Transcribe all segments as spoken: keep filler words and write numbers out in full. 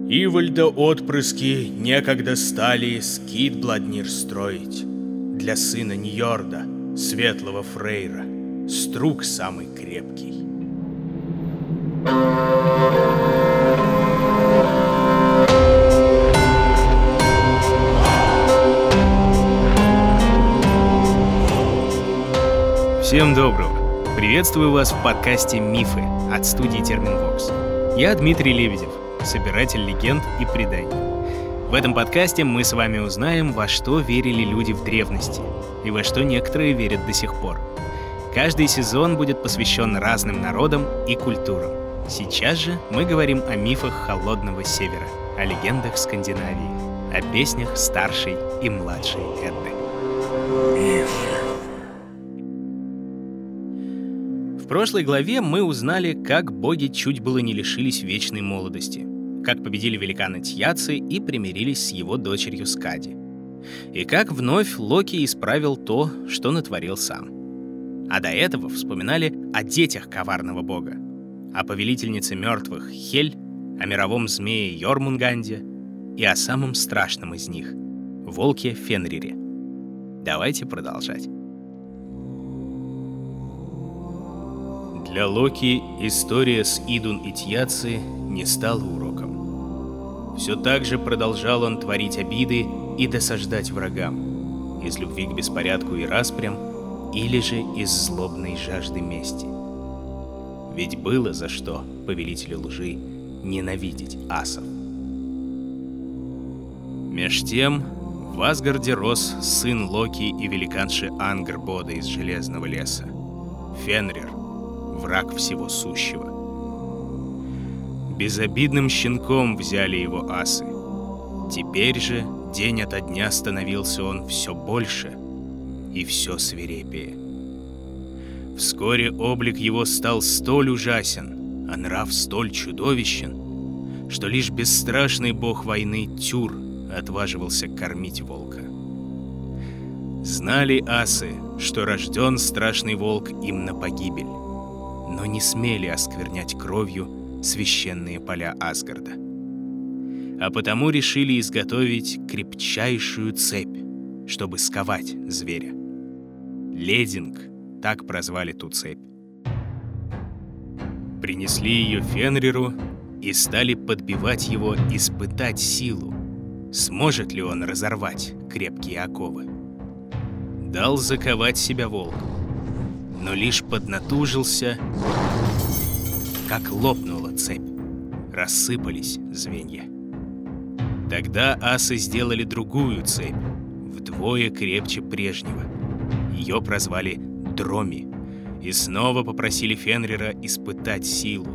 Ивальда отпрыски некогда стали скит Бладнир строить для сына Ньорда, светлого фрейра, струк самый крепкий. Всем доброго! Приветствую вас в подкасте «Мифы» от студии Терминвокс. Я Дмитрий Лебедев, собиратель легенд и преданий. В этом подкасте мы с вами узнаем, во что верили люди в древности и во что некоторые верят до сих пор. Каждый сезон будет посвящен разным народам и культурам. Сейчас же мы говорим о мифах Холодного Севера, о легендах Скандинавии, о песнях старшей и младшей Эдды. В прошлой главе мы узнали, как боги чуть было не лишились вечной молодости, как победили великана Тьяци и примирились с его дочерью Скади, и как вновь Локи исправил то, что натворил сам. А до этого вспоминали о детях коварного бога, о повелительнице мертвых Хель, о мировом змее Йормунганде и о самом страшном из них — волке Фенрире. Давайте продолжать. Для Локи история с Идун и Тьяци не стала уроком. Все так же продолжал он творить обиды и досаждать врагам, из любви к беспорядку и распрям, или же из злобной жажды мести. Ведь было за что повелителю лжи ненавидеть асов. Меж тем в Асгарде рос сын Локи и великанши Ангрбода из Железного леса — Фенрир, враг всего сущего. Безобидным щенком взяли его асы. Теперь же день ото дня становился он все больше и все свирепее. Вскоре облик его стал столь ужасен, а нрав столь чудовищен, что лишь бесстрашный бог войны Тюр отваживался кормить волка. Знали асы, что рожден страшный волк им на погибель, но не смели осквернять кровью священные поля Асгарда. А потому решили изготовить крепчайшую цепь, чтобы сковать зверя. Лединг — так прозвали ту цепь. Принесли ее Фенриру и стали подбивать его испытать силу, сможет ли он разорвать крепкие оковы. Дал заковать себя волк, но лишь поднатужился, как лопнула цепь, рассыпались звенья. Тогда асы сделали другую цепь, вдвое крепче прежнего. Ее прозвали Дроми, и снова попросили Фенрира испытать силу.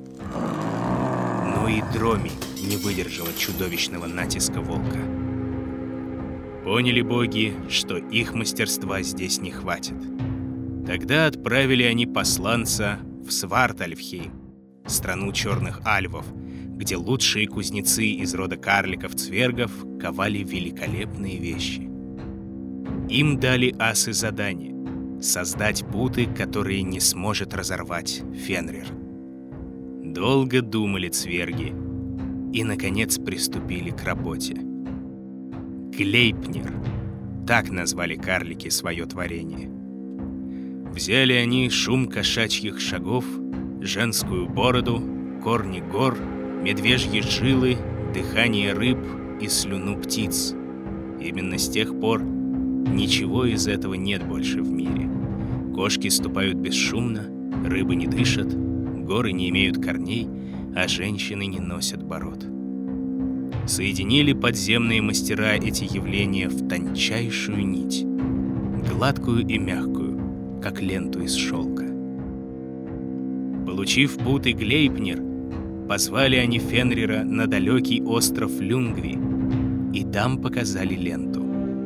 Но и Дроми не выдержала чудовищного натиска волка. Поняли боги, что их мастерства здесь не хватит. Тогда отправили они посланца в Свартальфхейм, страну черных альвов, где лучшие кузнецы из рода карликов-цвергов ковали великолепные вещи. Им дали асы задание — создать путы, которые не сможет разорвать Фенрир. Долго думали цверги и, наконец, приступили к работе. Глейпнир — так назвали карлики свое творение. Взяли они шум кошачьих шагов, женскую бороду, корни гор, медвежьи жилы, дыхание рыб и слюну птиц. Именно с тех пор ничего из этого нет больше в мире. Кошки ступают бесшумно, рыбы не дышат, горы не имеют корней, а женщины не носят бород. Соединили подземные мастера эти явления в тончайшую нить, гладкую и мягкую, как ленту из шелка. Получив путы Глейпнир, позвали они Фенрира на далекий остров Люнгви, и там показали ленту.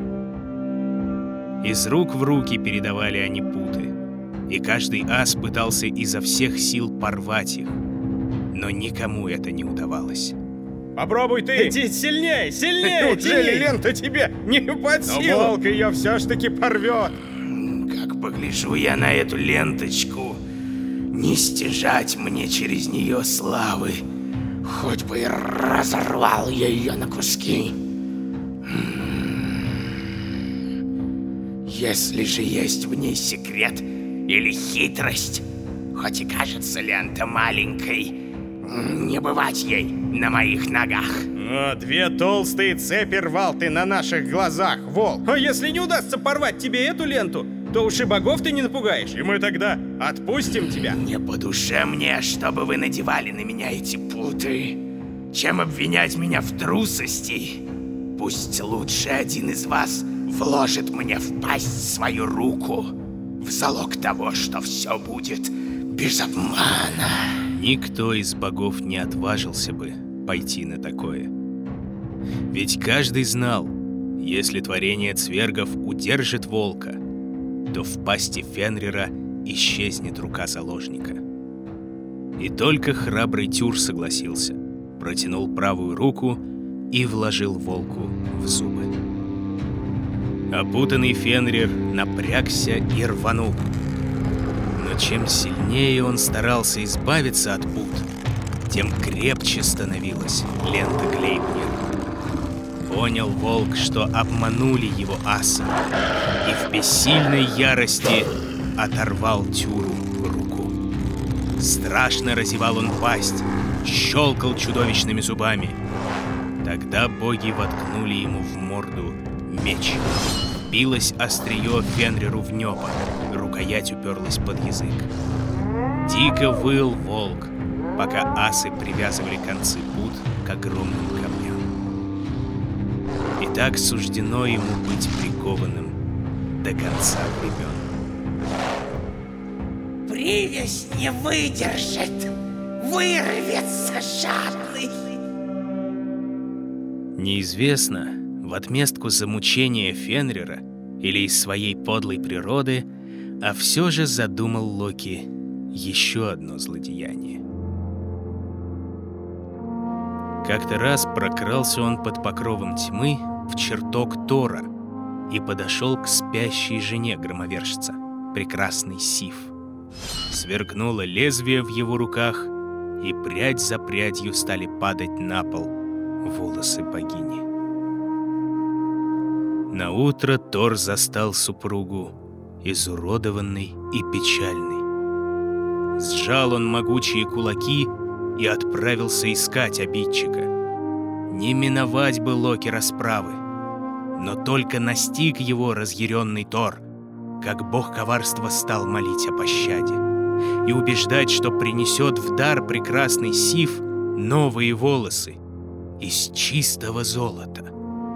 Из рук в руки передавали они путы, и каждый ас пытался изо всех сил порвать их, но никому это не удавалось. Попробуй ты! Иди сильней, сильней! Неужели лента тебе не под силу? Но волк ее все ж таки порвет. Как погляжу я на эту ленточку, не стяжать мне через нее славы. хоть бы и разорвал я ее на куски. Если же есть в ней секрет или хитрость, хоть и кажется лента маленькой, не бывать ей на моих ногах. О, две толстые цепи рвал ты на наших глазах, волк. А если не удастся порвать тебе эту ленту, то уж и богов ты не напугаешь, и мы тогда отпустим тебя. Не по душе мне, чтобы вы надевали на меня эти путы. Чем обвинять меня в трусости? Пусть лучше один из вас вложит мне в пасть свою руку в залог того, что все будет без обмана. Никто из богов не отважился бы пойти на такое. Ведь каждый знал, если творение цвергов удержит волка, то в пасти Фенрира исчезнет рука заложника. И только храбрый Тюр согласился, протянул правую руку и вложил волку в зубы. Опутанный Фенрир напрягся и рванул. Но чем сильнее он старался избавиться от пут, тем крепче становилась лента Глейпнир. Понял волк, что обманули его асы, и в бессильной ярости оторвал Тюру руку. Страшно разевал он пасть, щелкал чудовищными зубами. Тогда боги воткнули ему в морду меч. Билось острие Фенриру в небо, рукоять уперлась под язык. Дико выл волк, пока асы привязывали концы пут к огромным камням. И так суждено ему быть прикованным до конца времен. Привязь не выдержит, вырвется жадный. Неизвестно, в отместку за мучение Фенрира или из своей подлой природы, а все же задумал Локи еще одно злодеяние. Как-то раз прокрался он под покровом тьмы в чертог Тора и подошел к спящей жене громовержца, прекрасной Сиф. Сверкнуло лезвие в его руках, и прядь за прядью стали падать на пол волосы богини. Наутро Тор застал супругу, изуродованной и печальной. Сжал он могучие кулаки и отправился искать обидчика. Не миновать бы Локи расправы, но только настиг его разъяренный Тор, как бог коварства стал молить о пощаде и убеждать, что принесет в дар прекрасный Сиф новые волосы из чистого золота.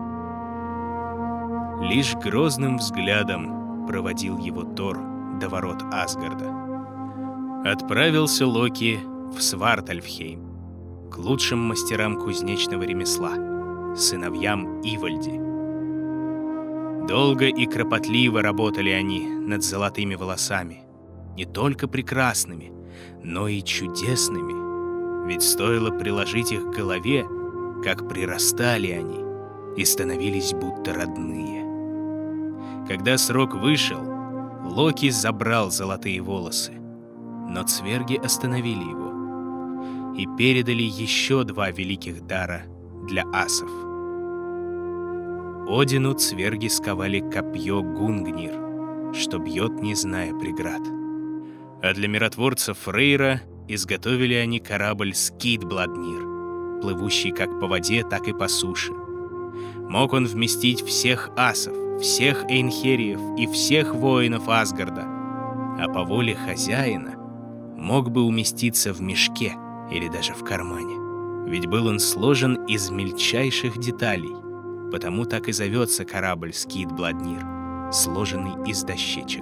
Лишь грозным взглядом проводил его Тор до ворот Асгарда. Отправился Локи в Свартальфхейм, к лучшим мастерам кузнечного ремесла, сыновьям Ивальди. Долго и кропотливо работали они над золотыми волосами, не только прекрасными, но и чудесными, ведь стоило приложить их к голове, как прирастали они и становились будто родные. Когда срок вышел, Локи забрал золотые волосы, но цверги остановили его и передали еще два великих дара для асов. Одину цверги сковали копье Гунгнир, что бьет, не зная преград. А для миротворца Фрейра изготовили они корабль Скидбладнир, плывущий как по воде, так и по суше. Мог он вместить всех асов, всех эйнхериев и всех воинов Асгарда, а по воле хозяина мог бы уместиться в мешке или даже в кармане. Ведь был он сложен из мельчайших деталей, потому так и зовется корабль Скидбладнир, сложенный из дощечек.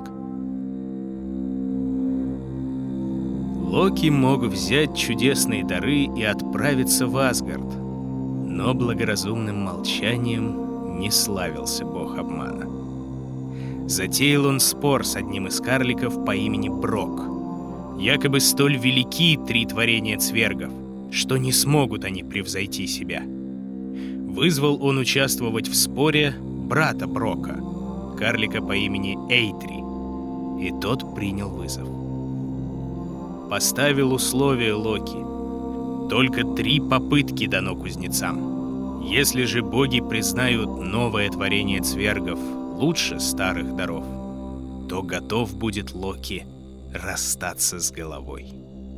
Локи мог взять чудесные дары и отправиться в Асгард, но благоразумным молчанием не славился бог обмана. Затеял он спор с одним из карликов по имени Брок. Якобы столь велики три творения цвергов, что не смогут они превзойти себя. Вызвал он участвовать в споре брата Брока, карлика по имени Эйтри, и тот принял вызов. Поставил условие Локи. Только три попытки дано кузнецам. Если же боги признают новое творение цвергов лучше старых даров, то готов будет Локи расстаться с головой.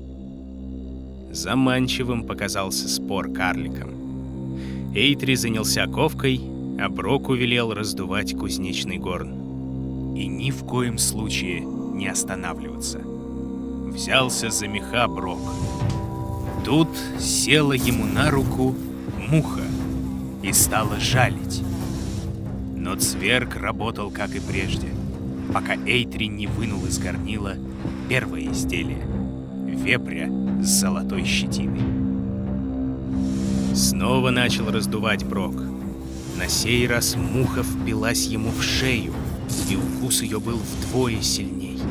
Заманчивым показался спор карликам. Эйтри занялся ковкой, а Броку велел раздувать кузнечный горн. И ни в коем случае не останавливаться. Взялся за меха Брок. Тут села ему на руку муха и стала жалить. Но цверг работал, как и прежде, пока Эйтри не вынул из горнила первое изделие — вепря с золотой щетиной. Снова начал раздувать Брок. На сей раз муха впилась ему в шею, и укус ее был вдвое сильней.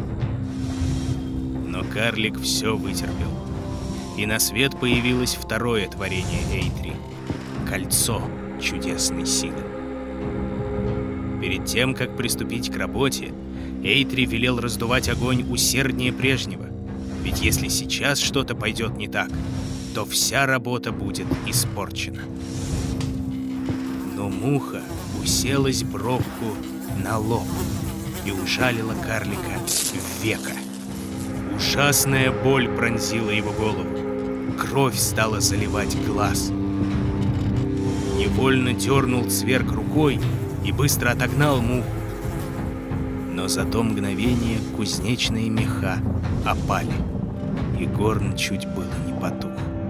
Но карлик все вытерпел, и на свет появилось второе творение Эйтри — кольцо чудесной силы. Перед тем, как приступить к работе, Эйтри велел раздувать огонь усерднее прежнего, ведь если сейчас что-то пойдет не так, то вся работа будет испорчена. Но муха уселась Брокку на лоб и ужалила карлика в веко. Ужасная боль пронзила его голову. Кровь стала заливать глаз. Невольно дернул цверг рукой и быстро отогнал муху. Но за то мгновение кузнечные меха опали, и горн чуть было не потух.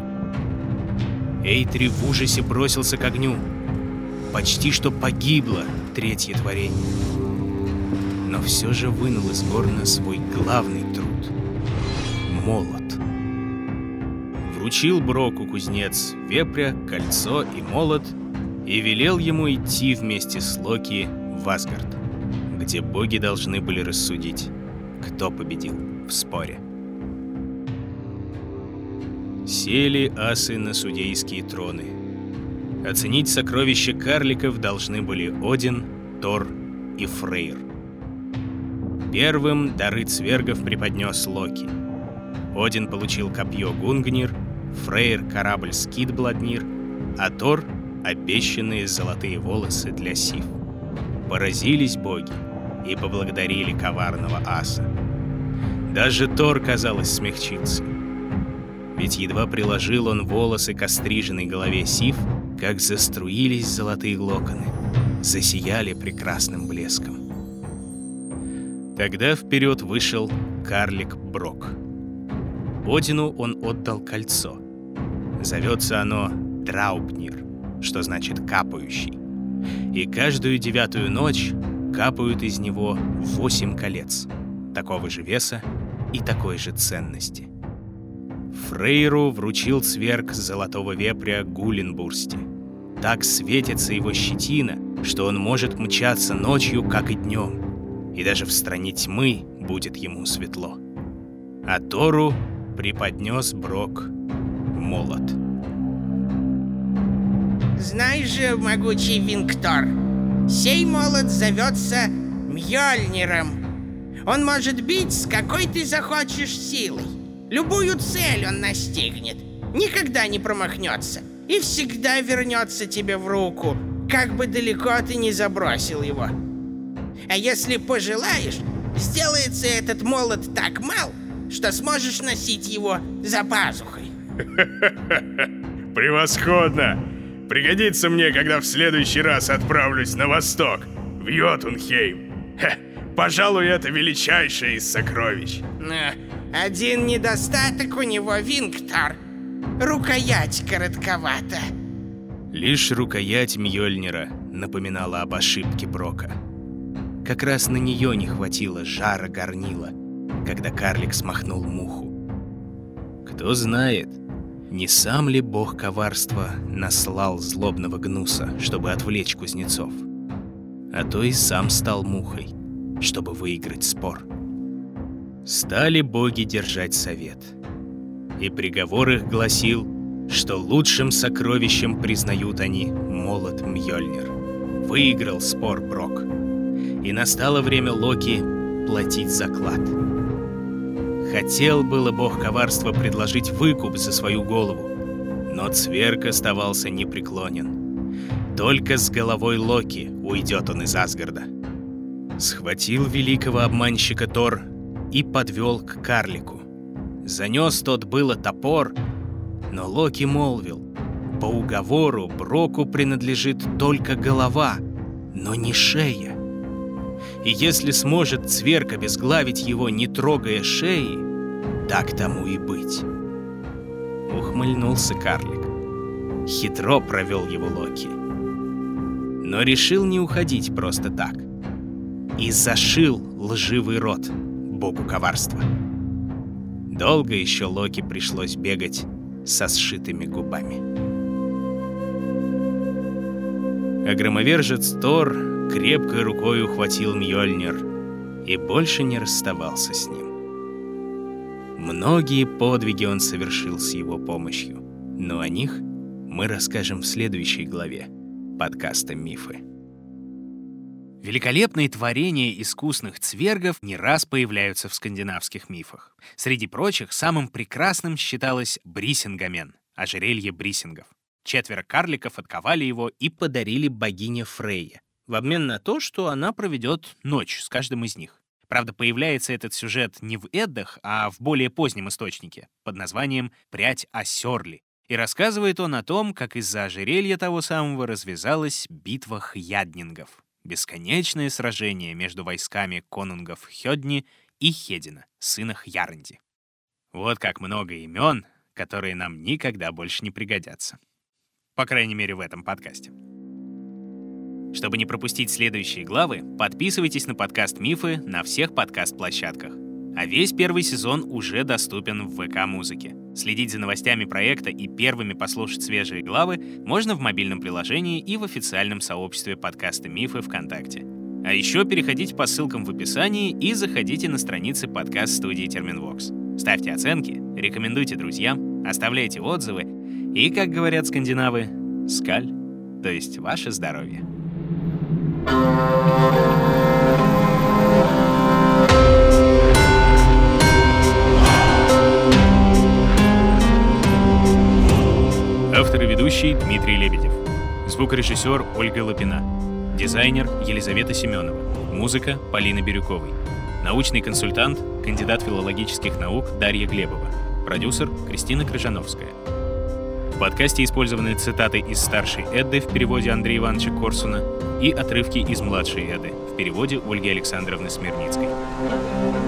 Эйтри в ужасе бросился к огню. Почти что погибло третье творение. Но все же вынул из горна свой главный труд — молот. Вручил Броку кузнец вепря, кольцо и молот и велел ему идти вместе с Локи в Асгард, где боги должны были рассудить, кто победил в споре. Сели асы на судейские троны. Оценить сокровища карликов должны были Один, Тор и Фрейр. Первым дары цвергов преподнес Локи. Один получил копье Гунгнир, Фрейр — корабль Скидбладнир, а Тор — обещанные золотые волосы для Сиф. Поразились боги и поблагодарили коварного аса. Даже Тор, казалось, смягчился. Ведь едва приложил он волосы к остриженной голове Сиф, как заструились золотые локоны, засияли прекрасным блеском. Тогда вперед вышел карлик Брок. Одину он отдал кольцо. Зовется оно Драупнир, что значит «капающий». И каждую девятую ночь капают из него восемь колец, такого же веса и такой же ценности. Фрейру вручил цверг золотого вепря Гуленбурсти. Так светится его щетина, что он может мчаться ночью, как и днем, и даже в стране тьмы будет ему светло. А Тору преподнес Брок молот. Знаешь же, могучий Вингтор, сей молот зовется Мьёльниром. Он может бить с какой ты захочешь силой. Любую цель он настигнет, никогда не промахнется и всегда вернется тебе в руку, как бы далеко ты ни забросил его. А если пожелаешь, сделается этот молот так мал, что сможешь носить его за пазухой. Превосходно! Пригодится мне, когда в следующий раз отправлюсь на восток, в Йотунхейм. Хе, пожалуй, это величайшее из сокровищ. Но один недостаток у него, Вингтор. Рукоять коротковата. Лишь рукоять Мьёльнира напоминала об ошибке Брока. Как раз на нее не хватило жара горнила, когда карлик смахнул муху. Кто знает, не сам ли бог коварства наслал злобного гнуса, чтобы отвлечь кузнецов, а то и сам стал мухой, чтобы выиграть спор. Стали боги держать совет, и приговор их гласил, что лучшим сокровищем признают они молот Мьёльнир. Выиграл спор Брок, и настало время Локи платить заклад. Хотел было бог коварства предложить выкуп за свою голову, но Цверк оставался непреклонен. Только с головой Локи уйдет он из Асгарда. Схватил великого обманщика Тор и подвел к карлику. Занес тот было топор, но Локи молвил: по уговору Броку принадлежит только голова, но не шея. И если сможет Цверк обезглавить его, не трогая шеи, так тому и быть. Ухмыльнулся карлик. Хитро провел его Локи. Но решил не уходить просто так. И зашил лживый рот богу коварства. Долго еще Локи пришлось бегать со сшитыми губами. А громовержец Тор крепкой рукой ухватил Мьёльнир и больше не расставался с ним. Многие подвиги он совершил с его помощью, но о них мы расскажем в следующей главе подкаста «Мифы». Великолепные творения искусных цвергов не раз появляются в скандинавских мифах. Среди прочих, самым прекрасным считалось Брисингамен, ожерелье брисингов. Четверо карликов отковали его и подарили богине Фрейе, в обмен на то, что она проведет ночь с каждым из них. Правда, появляется этот сюжет не в Эддах, а в более позднем источнике, под названием «Прядь о Сёрли». И рассказывает он о том, как из-за ожерелья того самого развязалась битва хьяднингов. Бесконечное сражение между войсками конунгов Хёдни и Хедина, сына Хьярнди. Вот как много имен, которые нам никогда больше не пригодятся. По крайней мере, в этом подкасте. Чтобы не пропустить следующие главы, подписывайтесь на подкаст «Мифы» на всех подкаст-площадках. А весь первый сезон уже доступен в вэ ка-музыке. Следить за новостями проекта и первыми послушать свежие главы можно в мобильном приложении и в официальном сообществе подкаста «Мифы» ВКонтакте. А еще переходите по ссылкам в описании и заходите на страницы подкаст-студии Терминвокс. Ставьте оценки, рекомендуйте друзьям, оставляйте отзывы и, как говорят скандинавы, скаль, то есть ваше здоровье. Автор и ведущий Дмитрий Лебедев. Звукорежиссер Ольга Лапина. Дизайнер Елизавета Семенова. Музыка Полины Бирюковой. Научный консультант, кандидат филологических наук Дарья Глебова. Продюсер Кристина Крыжановская. В подкасте использованы цитаты из старшей Эдды в переводе Андрея Ивановича Корсуна и отрывки из младшей Эдды в переводе Ольги Александровны Смирницкой.